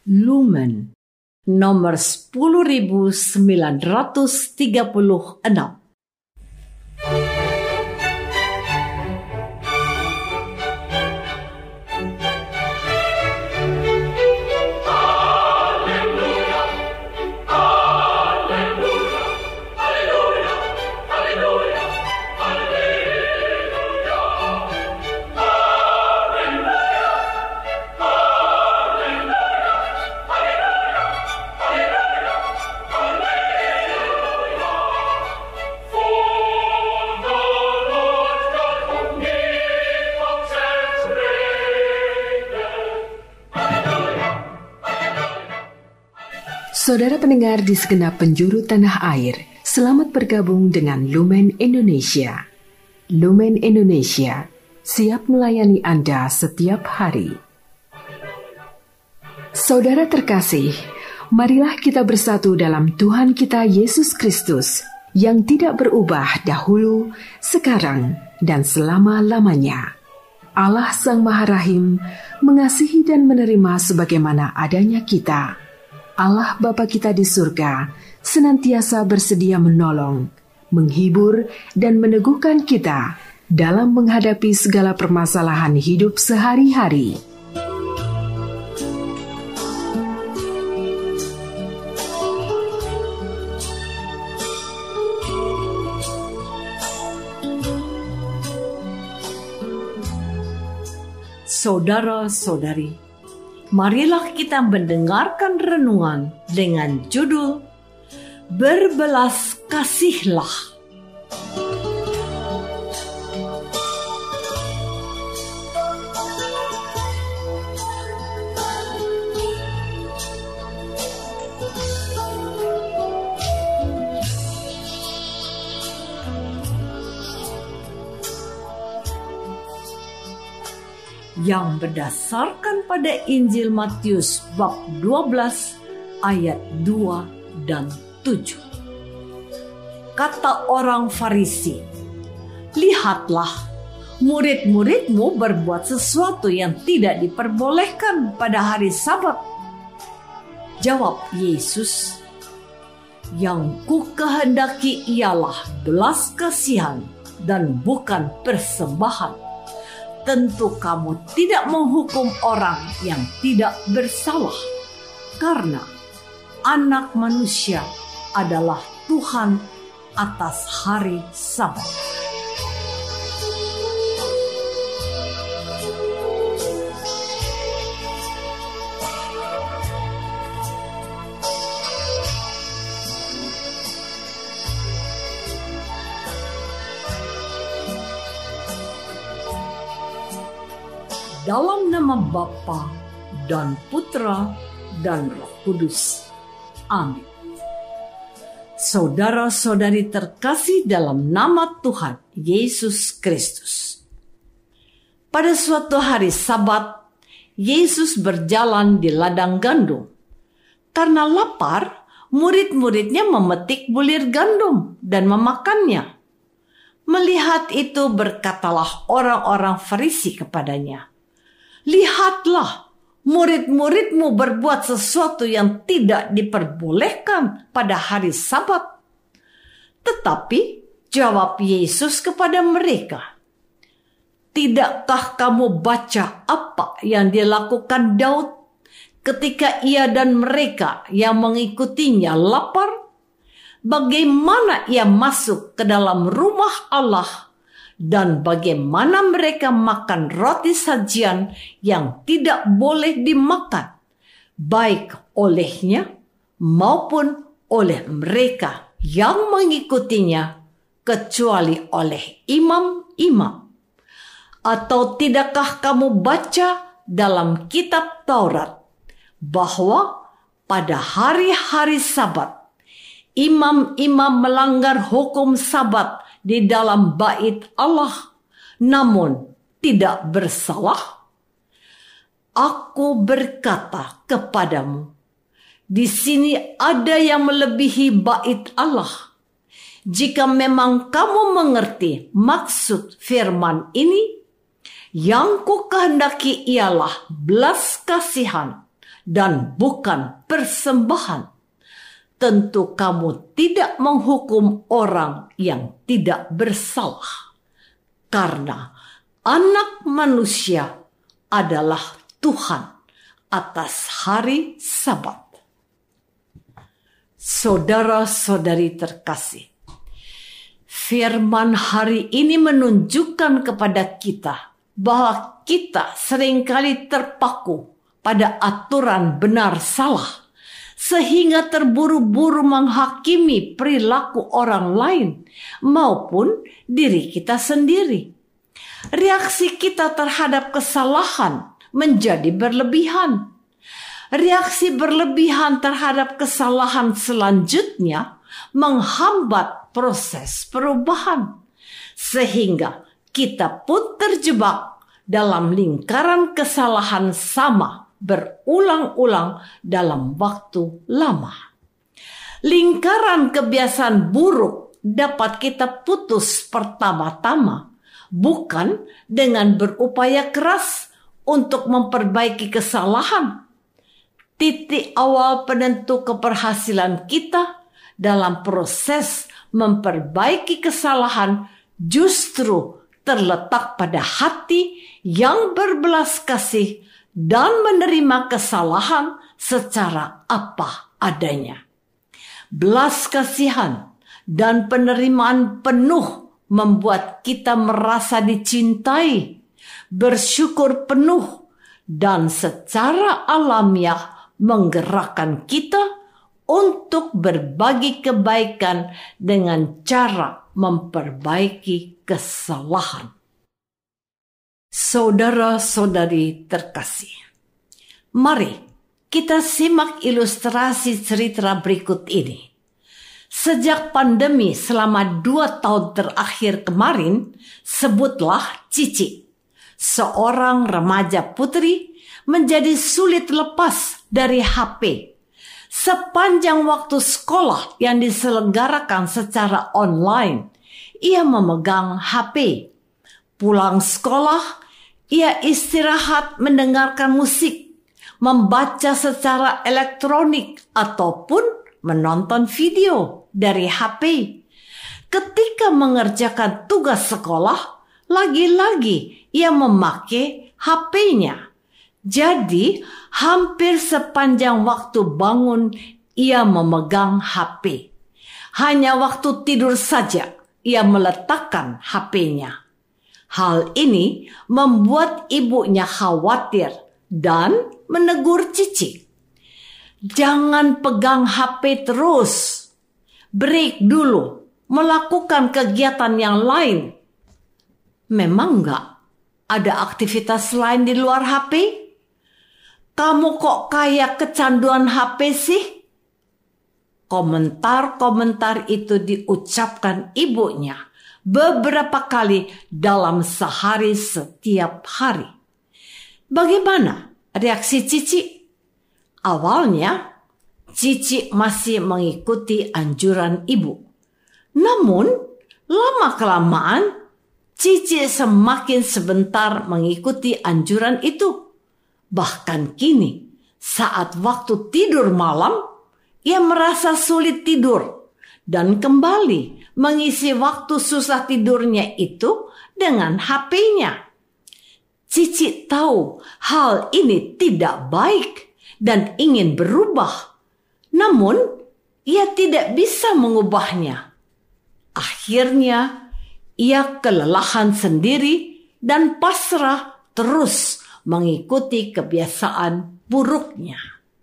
Lumen nomor 10936. Saudara pendengar di segenap penjuru tanah air, selamat bergabung dengan Lumen Indonesia. Lumen Indonesia siap melayani Anda setiap hari. Saudara terkasih, marilah kita bersatu dalam Tuhan kita Yesus Kristus yang tidak berubah dahulu, sekarang, dan selama-lamanya. Allah Sang Maha Rahim mengasihi dan menerima sebagaimana adanya kita. Allah Bapa kita di surga senantiasa bersedia menolong, menghibur, dan meneguhkan kita dalam menghadapi segala permasalahan hidup sehari-hari. Saudara-saudari, marilah kita mendengarkan renungan dengan judul Berbelas Kasihlah. Yang berdasarkan pada Injil Matius bab 12 ayat 2 dan 7. Kata orang Farisi, "Lihatlah, murid-muridmu berbuat sesuatu yang tidak diperbolehkan pada hari Sabat." Jawab Yesus, "Yang ku kehendaki ialah belas kasihan dan bukan persembahan. Tentu kamu tidak menghukum orang yang tidak bersalah, karena Anak Manusia adalah Tuhan atas hari Sabat." Dalam nama Bapa dan Putra dan Roh Kudus. Amin. Saudara-saudari terkasih dalam nama Tuhan Yesus Kristus. Pada suatu hari Sabat, Yesus berjalan di ladang gandum. Karena lapar, murid-muridnya memetik bulir gandum dan memakannya. Melihat itu berkatalah orang-orang Farisi kepadanya, "Lihatlah, murid-muridmu berbuat sesuatu yang tidak diperbolehkan pada hari Sabat." Tetapi jawab Yesus kepada mereka, "Tidakkah kamu baca apa yang dilakukan Daud ketika ia dan mereka yang mengikutinya lapar? Bagaimana ia masuk ke dalam rumah Allah dan bagaimana mereka makan roti sajian yang tidak boleh dimakan, baik olehnya maupun oleh mereka yang mengikutinya, kecuali oleh imam-imam? Atau tidakkah kamu baca dalam kitab Taurat bahwa pada hari-hari Sabat imam-imam melanggar hukum Sabat di dalam bait Allah, namun tidak bersalah? Aku berkata kepadamu, di sini ada yang melebihi bait Allah. Jika memang kamu mengerti maksud firman ini, yang ku kehendaki ialah belas kasihan dan bukan persembahan. Tentu kamu tidak menghukum orang yang tidak bersalah, karena Anak Manusia adalah Tuhan atas hari Sabat. Saudara-saudari terkasih, firman hari ini menunjukkan kepada kita bahwa kita seringkali terpaku pada aturan benar salah, sehingga terburu-buru menghakimi perilaku orang lain maupun diri kita sendiri. Reaksi kita terhadap kesalahan menjadi berlebihan. Reaksi berlebihan terhadap kesalahan selanjutnya menghambat proses perubahan, sehingga kita pun terjebak dalam lingkaran kesalahan sama berulang-ulang dalam waktu lama. Lingkaran kebiasaan buruk dapat kita putus pertama-tama, bukan dengan berupaya keras untuk memperbaiki kesalahan. Titik awal penentu keberhasilan kita dalam proses memperbaiki kesalahan justru terletak pada hati yang berbelas kasih dan menerima kesalahan secara apa adanya. Belas kasihan dan penerimaan penuh membuat kita merasa dicintai, bersyukur penuh, dan secara alamiah menggerakkan kita untuk berbagi kebaikan dengan cara memperbaiki kesalahan. Saudara-saudari terkasih, mari kita simak ilustrasi cerita berikut ini. Sejak pandemi selama 2 tahun terakhir kemarin, sebutlah Cici, seorang remaja putri, menjadi sulit lepas dari HP. Sepanjang waktu sekolah yang diselenggarakan secara online, ia memegang HP. Pulang sekolah, ia istirahat mendengarkan musik, membaca secara elektronik, ataupun menonton video dari HP. Ketika mengerjakan tugas sekolah, lagi-lagi ia memakai HP-nya. Jadi, hampir sepanjang waktu bangun, ia memegang HP. Hanya waktu tidur saja, ia meletakkan HP-nya. Hal ini membuat ibunya khawatir dan menegur Cici. Jangan pegang HP terus. Break dulu, melakukan kegiatan yang lain. Memang enggak ada aktivitas lain di luar HP? Kamu kok kayak kecanduan HP sih? Komentar-komentar itu diucapkan ibunya beberapa kali dalam sehari setiap hari. Bagaimana reaksi Cici? Awalnya, Cici masih mengikuti anjuran ibu. Namun, lama-kelamaan, Cici semakin sebentar mengikuti anjuran itu. Bahkan kini, saat waktu tidur malam, ia merasa sulit tidur dan kembali mengisi waktu susah tidurnya itu dengan HP-nya. Cici tahu hal ini tidak baik dan ingin berubah. Namun, ia tidak bisa mengubahnya. Akhirnya, ia kelelahan sendiri dan pasrah terus mengikuti kebiasaan buruknya.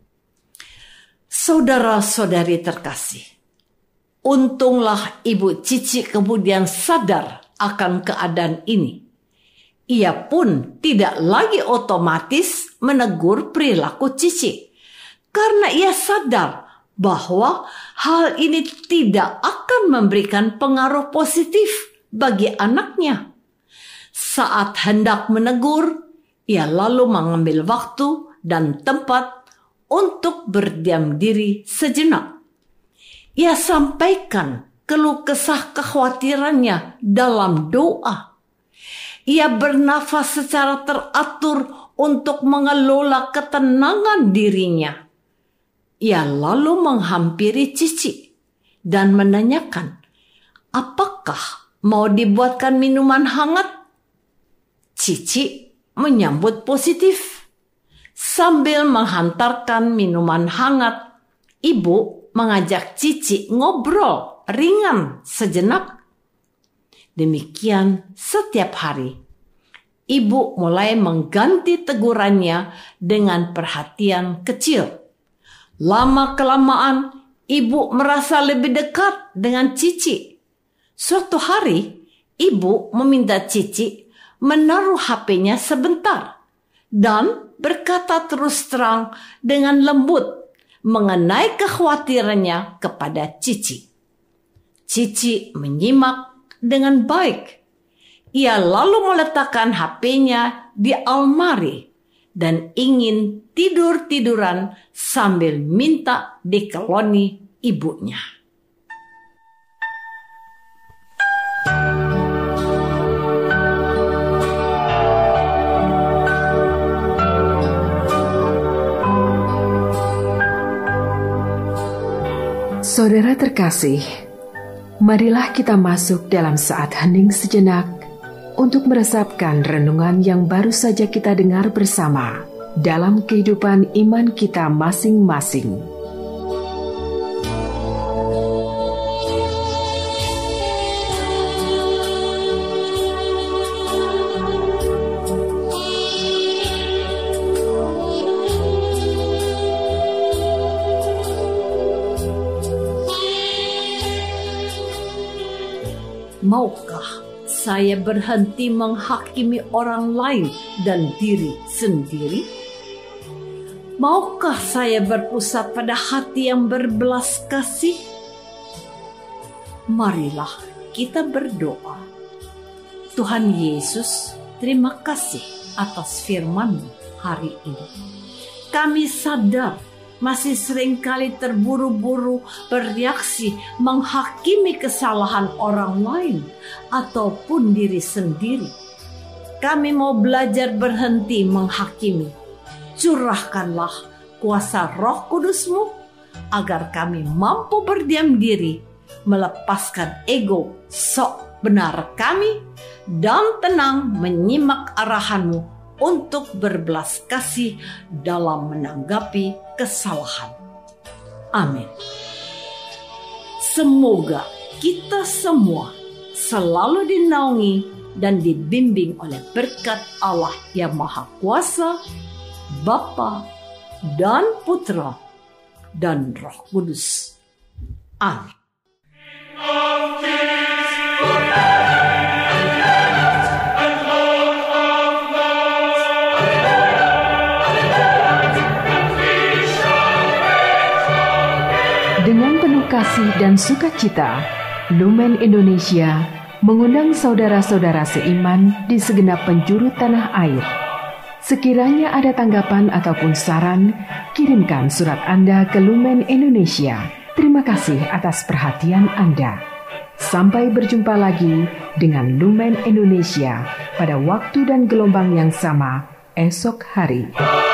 Saudara-saudari terkasih, untunglah ibu Cici kemudian sadar akan keadaan ini. Ia pun tidak lagi otomatis menegur perilaku Cici, karena ia sadar bahwa hal ini tidak akan memberikan pengaruh positif bagi anaknya. Saat hendak menegur, ia lalu mengambil waktu dan tempat untuk berdiam diri sejenak. Ia sampaikan keluh kesah kekhawatirannya dalam doa. Ia bernafas secara teratur untuk mengelola ketenangan dirinya. Ia lalu menghampiri Cici dan menanyakan, apakah mau dibuatkan minuman hangat? Cici menyambut positif. Sambil menghantarkan minuman hangat, ibu mengajak Cici ngobrol ringan sejenak. Demikian setiap hari. Ibu mulai mengganti tegurannya dengan perhatian kecil. Lama-kelamaan, ibu merasa lebih dekat dengan Cici. Suatu hari, ibu meminta Cici menaruh HP-nya sebentar dan berkata terus terang dengan lembut mengenai kekhawatirannya kepada Cici. Cici menyimak dengan baik. Ia lalu meletakkan HP-nya di almari dan ingin tidur-tiduran sambil minta dikeloni ibunya. Saudara terkasih, marilah kita masuk dalam saat hening sejenak untuk meresapkan renungan yang baru saja kita dengar bersama dalam kehidupan iman kita masing-masing. Maukah saya berhenti menghakimi orang lain dan diri sendiri? Maukah saya berpusat pada hati yang berbelas kasih? Marilah kita berdoa. Tuhan Yesus, terima kasih atas firman-Mu hari ini. Kami sadar masih seringkali terburu-buru bereaksi menghakimi kesalahan orang lain ataupun diri sendiri. Kami mau belajar berhenti menghakimi. Curahkanlah kuasa Roh Kudus-Mu agar kami mampu berdiam diri, melepaskan ego sok benar kami, dan tenang menyimak arahan-Mu untuk berbelas kasih dalam menanggapi kesalahan. Amin. Semoga kita semua selalu dinaungi dan dibimbing oleh berkat Allah yang Maha Kuasa, Bapa dan Putra dan Roh Kudus. Amin. Dengan penuh kasih dan sukacita, Lumen Indonesia mengundang saudara-saudara seiman di segenap penjuru tanah air. Sekiranya ada tanggapan ataupun saran, kirimkan surat Anda ke Lumen Indonesia. Terima kasih atas perhatian Anda. Sampai berjumpa lagi dengan Lumen Indonesia pada waktu dan gelombang yang sama esok hari.